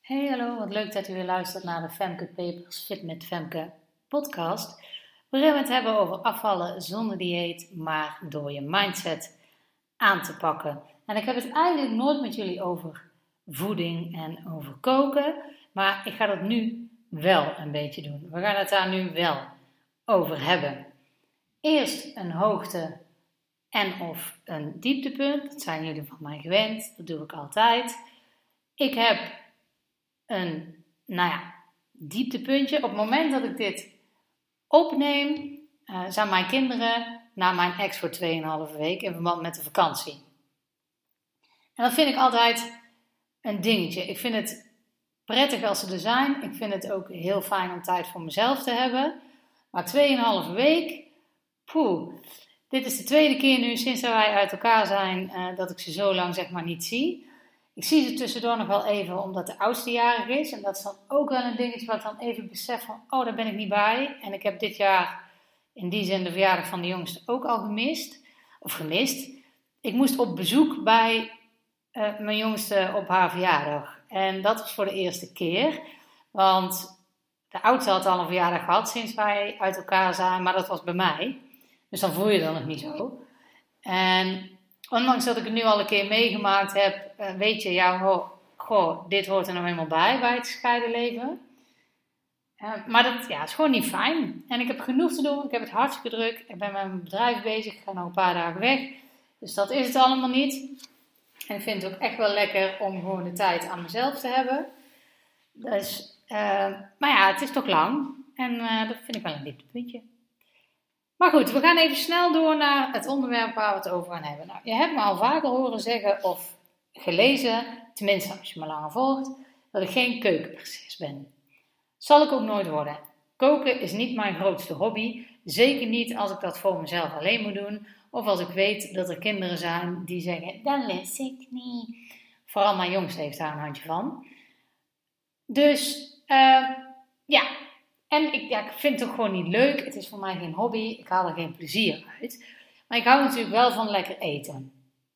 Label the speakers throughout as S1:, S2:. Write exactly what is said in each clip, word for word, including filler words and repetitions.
S1: Hey, hallo, wat leuk dat u weer luistert naar de Femke Papers Fit met Femke podcast, waarin we het hebben over afvallen zonder dieet, maar door je mindset aan te pakken. En ik heb het eigenlijk nooit met jullie over voeding en over koken, maar ik ga dat nu wel een beetje doen. We gaan het daar nu wel over hebben. Eerst een hoogte en of een dieptepunt, dat zijn jullie van mij gewend, dat doe ik altijd. Ik heb een, nou ja, dieptepuntje. Op het moment dat ik dit opneem, uh, zijn mijn kinderen naar mijn ex voor twee komma vijf week in verband met de vakantie. En dat vind ik altijd een dingetje. Ik vind het prettig als ze er zijn. Ik vind het ook heel fijn om tijd voor mezelf te hebben. Maar twee komma vijf week, poeh. Dit is de tweede keer nu sinds dat wij uit elkaar zijn uh, dat ik ze zo lang zeg maar niet zie. Ik zie ze tussendoor nog wel even omdat de oudste jarig is. En dat is dan ook wel een dingetje wat ik dan even besef van, oh, daar ben ik niet bij. En ik heb dit jaar in die zin de verjaardag van de jongste ook al gemist. Of gemist. Ik moest op bezoek bij uh, mijn jongste op haar verjaardag. En dat was voor de eerste keer. Want de oudste had al een verjaardag gehad sinds wij uit elkaar zijn. Maar dat was bij mij. Dus dan voel je dat nog niet zo. En ondanks dat ik het nu al een keer meegemaakt heb, uh, weet je, ja, ho, goh, dit hoort er nog eenmaal bij, bij het gescheiden leven. Uh, maar dat ja, is gewoon niet fijn. En ik heb genoeg te doen, ik heb het hartstikke druk, ik ben met mijn bedrijf bezig, ik ga nog een paar dagen weg. Dus dat is het allemaal niet. En ik vind het ook echt wel lekker om gewoon de tijd aan mezelf te hebben. Dus, uh, maar ja, het is toch lang. En uh, dat vind ik wel een dieptepuntje. Maar goed, we gaan even snel door naar het onderwerp waar we het over gaan hebben. Nou, je hebt me al vaker horen zeggen of gelezen, tenminste als je me langer volgt, dat ik geen keukenprinses ben. Zal ik ook nooit worden. Koken is niet mijn grootste hobby, zeker niet als ik dat voor mezelf alleen moet doen, of als ik weet dat er kinderen zijn die zeggen, dat lust ik niet. Vooral mijn jongste heeft daar een handje van. Dus, uh, ja... En ik, ja, ik vind het ook gewoon niet leuk. Het is voor mij geen hobby. Ik haal er geen plezier uit. Maar ik hou natuurlijk wel van lekker eten.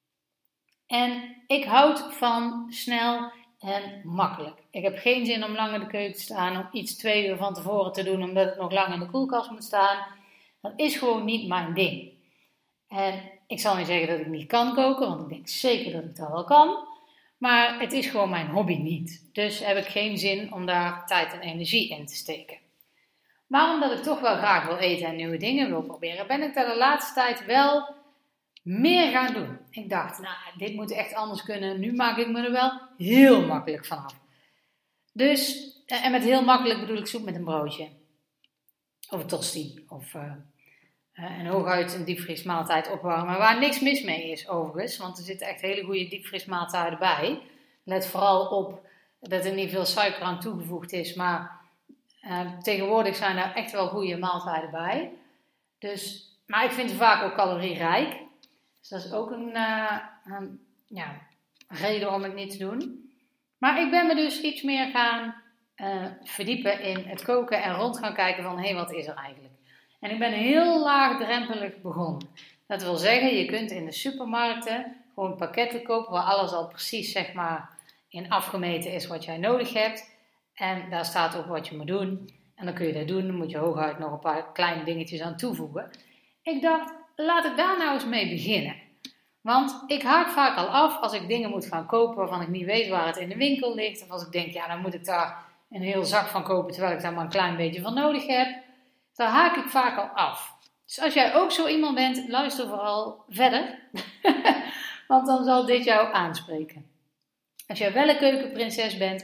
S1: En ik houd van snel en makkelijk. Ik heb geen zin om lang in de keuken te staan. Om iets twee uur van tevoren te doen. Omdat het nog lang in de koelkast moet staan. Dat is gewoon niet mijn ding. En ik zal niet zeggen dat ik niet kan koken. Want ik denk zeker dat ik dat wel kan. Maar het is gewoon mijn hobby niet. Dus heb ik geen zin om daar tijd en energie in te steken. Maar omdat ik toch wel graag wil eten en nieuwe dingen wil proberen, ben ik daar de laatste tijd wel meer gaan doen. Ik dacht, nou, dit moet echt anders kunnen. Nu maak ik me er wel heel makkelijk vanaf. Dus, en met heel makkelijk bedoel ik soep met een broodje. Of een tosti. Of uh, en hooguit een diepvriesmaaltijd opwarmen. Waar niks mis mee is overigens. Want er zitten echt hele goede diepvriesmaaltijden bij. Let vooral op dat er niet veel suiker aan toegevoegd is, maar... Uh, tegenwoordig zijn er echt wel goede maaltijden bij. Dus, maar ik vind het vaak ook calorierijk. Dus dat is ook een, uh, een ja, reden om het niet te doen. Maar ik ben me dus iets meer gaan uh, verdiepen in het koken en rond gaan kijken van, hé, hey, wat is er eigenlijk? En ik ben heel laagdrempelig begonnen. Dat wil zeggen, je kunt in de supermarkten gewoon pakketten kopen waar alles al precies, zeg maar, in afgemeten is wat jij nodig hebt. En daar staat ook wat je moet doen. En dan kun je dat doen. Dan moet je hooguit nog een paar kleine dingetjes aan toevoegen. Ik dacht, laat ik daar nou eens mee beginnen. Want ik haak vaak al af als ik dingen moet gaan kopen waarvan ik niet weet waar het in de winkel ligt. Of als ik denk, ja, dan moet ik daar een heel zak van kopen terwijl ik daar maar een klein beetje van nodig heb. Daar haak ik vaak al af. Dus als jij ook zo iemand bent, luister vooral verder. Want dan zal dit jou aanspreken. Als jij wel een keukenprinses bent,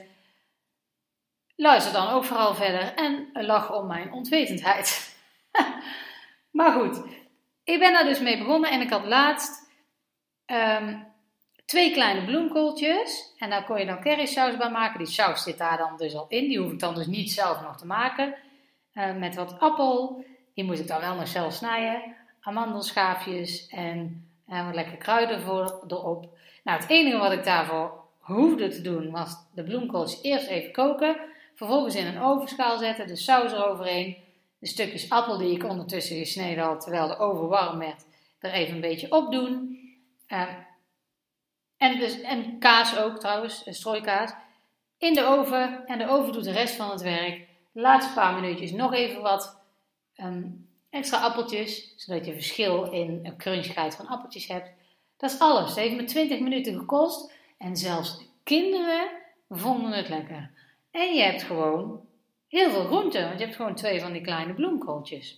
S1: luister dan ook vooral verder en lach om mijn onwetendheid. Maar goed, ik ben daar dus mee begonnen en ik had laatst um, twee kleine bloemkooltjes. En daar kon je dan currysaus bij maken. Die saus zit daar dan dus al in. Die hoef ik dan dus niet zelf nog te maken. Uh, met wat appel. Die moet ik dan wel nog zelf snijden. Amandelschaafjes en uh, wat lekker kruiden voor, erop. Nou, het enige wat ik daarvoor hoefde te doen was de bloemkooltjes eerst even koken. Vervolgens in een ovenschaal zetten, de saus eroverheen. De stukjes appel die ik ondertussen gesneden had, terwijl de oven warm werd, er even een beetje op doen. Uh, en, dus, en kaas ook trouwens, strooikaas. in de oven en de oven doet de rest van het werk. De laatste paar minuutjes nog even wat um, extra appeltjes, zodat je verschil in crunchigheid van appeltjes hebt. Dat is alles. Het heeft me twintig minuten gekost en zelfs de kinderen vonden het lekker. En je hebt gewoon heel veel groenten, want je hebt gewoon twee van die kleine bloemkooltjes.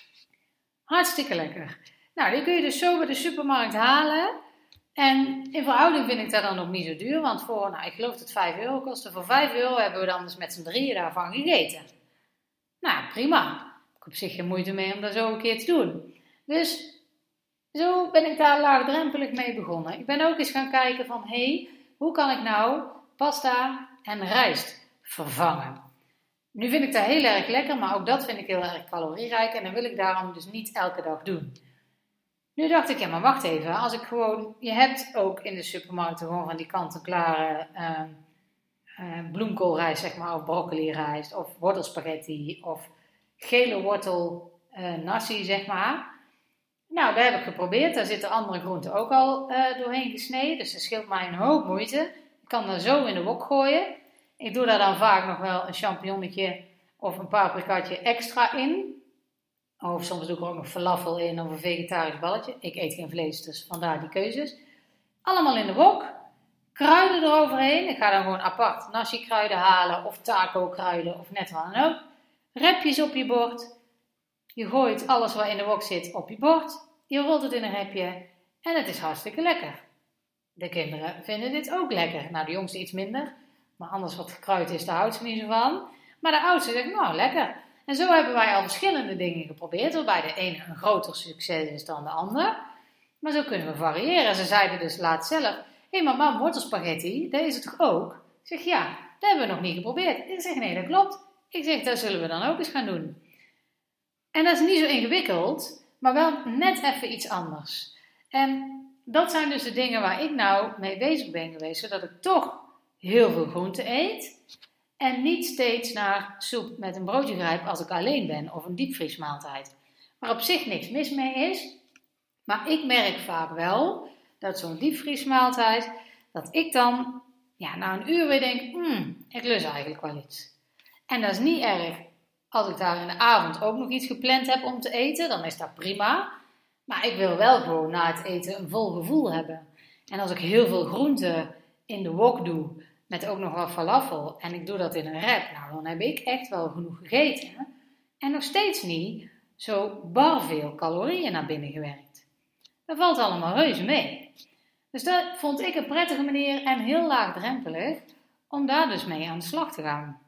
S1: Hartstikke lekker. Nou, die kun je dus zo bij de supermarkt halen. En in verhouding vind ik dat dan nog niet zo duur, want voor, nou, ik geloof dat het vijf euro kostte. Voor vijf euro hebben we dan dus met z'n drieën daarvan gegeten. Nou, prima. Ik heb op zich geen moeite mee om dat zo een keer te doen. Dus zo ben ik daar laagdrempelig mee begonnen. Ik ben ook eens gaan kijken van, hé, hey, hoe kan ik nou pasta en rijst vervangen? Nu vind ik dat heel erg lekker, maar ook dat vind ik heel erg calorierijk en dan wil ik daarom dus niet elke dag doen. Nu dacht ik, ja maar wacht even, als ik gewoon, je hebt ook in de supermarkten gewoon van die kant-en-klare uh, uh, bloemkoolrijst, zeg maar, of broccolirijst, of wortelspaghetti, of gele wortel uh, nasi, zeg maar. Nou, dat heb ik geprobeerd, daar zitten andere groenten ook al uh, doorheen gesneden, dus dat scheelt mij een hoop moeite. Ik kan dat zo in de wok gooien. Ik doe daar dan vaak nog wel een champignonnetje of een paprikatje extra in. Of soms doe ik er ook nog falafel in of een vegetarisch balletje. Ik eet geen vlees, dus vandaar die keuzes. Allemaal in de wok. Kruiden eroverheen. Ik ga dan gewoon apart nasi kruiden halen of taco kruiden of net wat dan ook. Repjes op je bord. Je gooit alles wat in de wok zit op je bord. Je rolt het in een repje. En het is hartstikke lekker. De kinderen vinden dit ook lekker. Nou, de jongste iets minder. Maar anders wat gekruid is, daar houdt ze niet zo van. Maar de oudste zegt, nou lekker. En zo hebben wij al verschillende dingen geprobeerd. Waarbij de ene een groter succes is dan de ander. Maar zo kunnen we variëren. Ze zeiden dus laatst zelf, hé hey, mama, wortelspaghetti, dat is het toch ook? Ik zeg, ja, dat hebben we nog niet geprobeerd. Ik zeg, nee, dat klopt. Ik zeg, dat zullen we dan ook eens gaan doen. En dat is niet zo ingewikkeld, maar wel net even iets anders. En dat zijn dus de dingen waar ik nou mee bezig ben geweest. Zodat ik toch heel veel groente eet. En niet steeds naar soep met een broodje grijp als ik alleen ben. Of een diepvriesmaaltijd. Waar op zich niks mis mee is. Maar ik merk vaak wel dat zo'n diepvriesmaaltijd. Dat ik dan ja, na een uur weer denk. Hmm, ik lust eigenlijk wel iets. En dat is niet erg. Als ik daar in de avond ook nog iets gepland heb om te eten. Dan is dat prima. Maar ik wil wel gewoon na het eten een vol gevoel hebben. En als ik heel veel groente in de wok doe. Met ook nog wat falafel. En ik doe dat in een wrap. Nou, dan heb ik echt wel genoeg gegeten. En nog steeds niet zo bar veel calorieën naar binnen gewerkt. Dat valt allemaal reuze mee. Dus dat vond ik een prettige manier en heel laagdrempelig. Om daar dus mee aan de slag te gaan.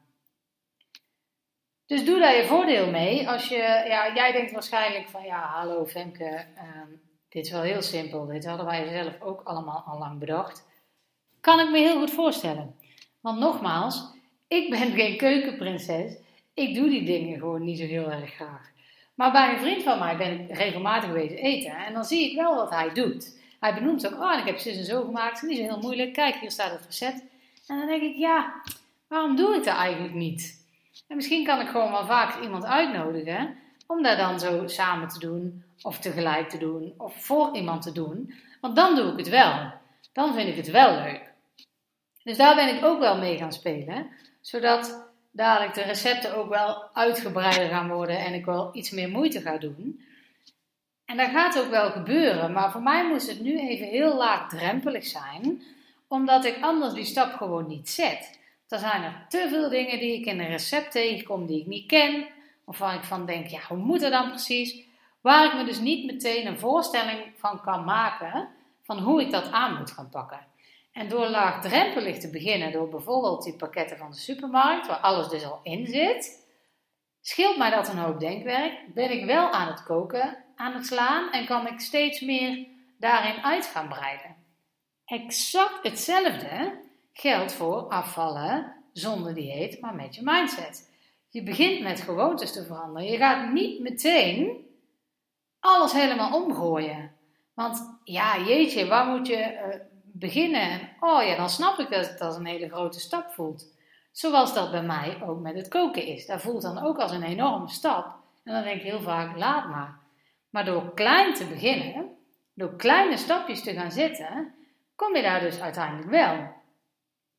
S1: Dus doe daar je voordeel mee. Als je, ja, jij denkt waarschijnlijk van ja, hallo Femke. Um, dit is wel heel simpel. Dit hadden wij zelf ook allemaal al lang bedacht. Kan ik me heel goed voorstellen. Want nogmaals, ik ben geen keukenprinses. Ik doe die dingen gewoon niet zo heel erg graag. Maar bij een vriend van mij ben ik regelmatig geweest eten. En dan zie ik wel wat hij doet. Hij benoemt ook, oh, ik heb zus en zo gemaakt. Het is niet zo heel moeilijk. Kijk, hier staat het recept. En dan denk ik, ja, waarom doe ik dat eigenlijk niet? En misschien kan ik gewoon wel vaak iemand uitnodigen. Om dat dan zo samen te doen. Of tegelijk te doen. Of voor iemand te doen. Want dan doe ik het wel. Dan vind ik het wel leuk. Dus daar ben ik ook wel mee gaan spelen. Zodat dadelijk de recepten ook wel uitgebreider gaan worden. En ik wel iets meer moeite ga doen. En dat gaat ook wel gebeuren. Maar voor mij moest het nu even heel laagdrempelig zijn. Omdat ik anders die stap gewoon niet zet. Er zijn er te veel dingen die ik in een recept tegenkom die ik niet ken. Of waar ik van denk, ja, hoe moet dat dan precies? Waar ik me dus niet meteen een voorstelling van kan maken. Van hoe ik dat aan moet gaan pakken. En door laagdrempelig te beginnen, door bijvoorbeeld die pakketten van de supermarkt, waar alles dus al in zit, scheelt mij dat een hoop denkwerk. Ben ik wel aan het koken, aan het slaan en kan ik steeds meer daarin uit gaan breiden. Exact hetzelfde geldt voor afvallen zonder dieet, maar met je mindset. Je begint met gewoontes te veranderen. Je gaat niet meteen alles helemaal omgooien. Want ja, jeetje, waar moet je uh, beginnen? Oh ja, dan snap ik dat het als een hele grote stap voelt. Zoals dat bij mij ook met het koken is. Dat voelt dan ook als een enorme stap. En dan denk ik heel vaak, laat maar. Maar door klein te beginnen, door kleine stapjes te gaan zetten, kom je daar dus uiteindelijk wel.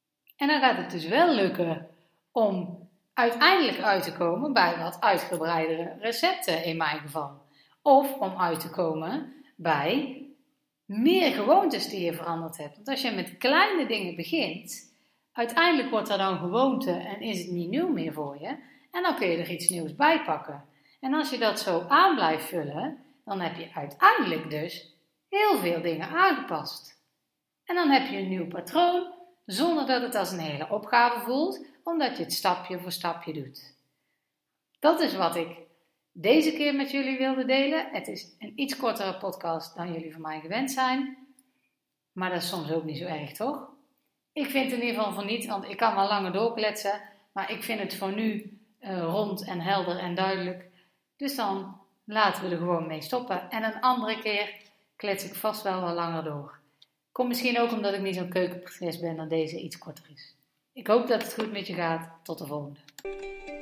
S1: En dan gaat het dus wel lukken om uiteindelijk uit te komen bij wat uitgebreidere recepten in mijn geval. Of om uit te komen bij meer gewoontes die je veranderd hebt. Want als je met kleine dingen begint, uiteindelijk wordt er dan gewoonte en is het niet nieuw meer voor je. En dan kun je er iets nieuws bij pakken. En als je dat zo aan blijft vullen, dan heb je uiteindelijk dus heel veel dingen aangepast. En dan heb je een nieuw patroon, zonder dat het als een hele opgave voelt, omdat je het stapje voor stapje doet. Dat is wat ik deze keer met jullie wilde delen. Het is een iets kortere podcast dan jullie van mij gewend zijn. Maar dat is soms ook niet zo erg, toch? Ik vind het in ieder geval van niet, want ik kan wel langer doorkletsen. Maar ik vind het voor nu uh, rond en helder en duidelijk. Dus dan laten we er gewoon mee stoppen. En een andere keer klets ik vast wel wat langer door. Komt misschien ook omdat ik niet zo'n keukenprinses ben dat deze iets korter is. Ik hoop dat het goed met je gaat. Tot de volgende.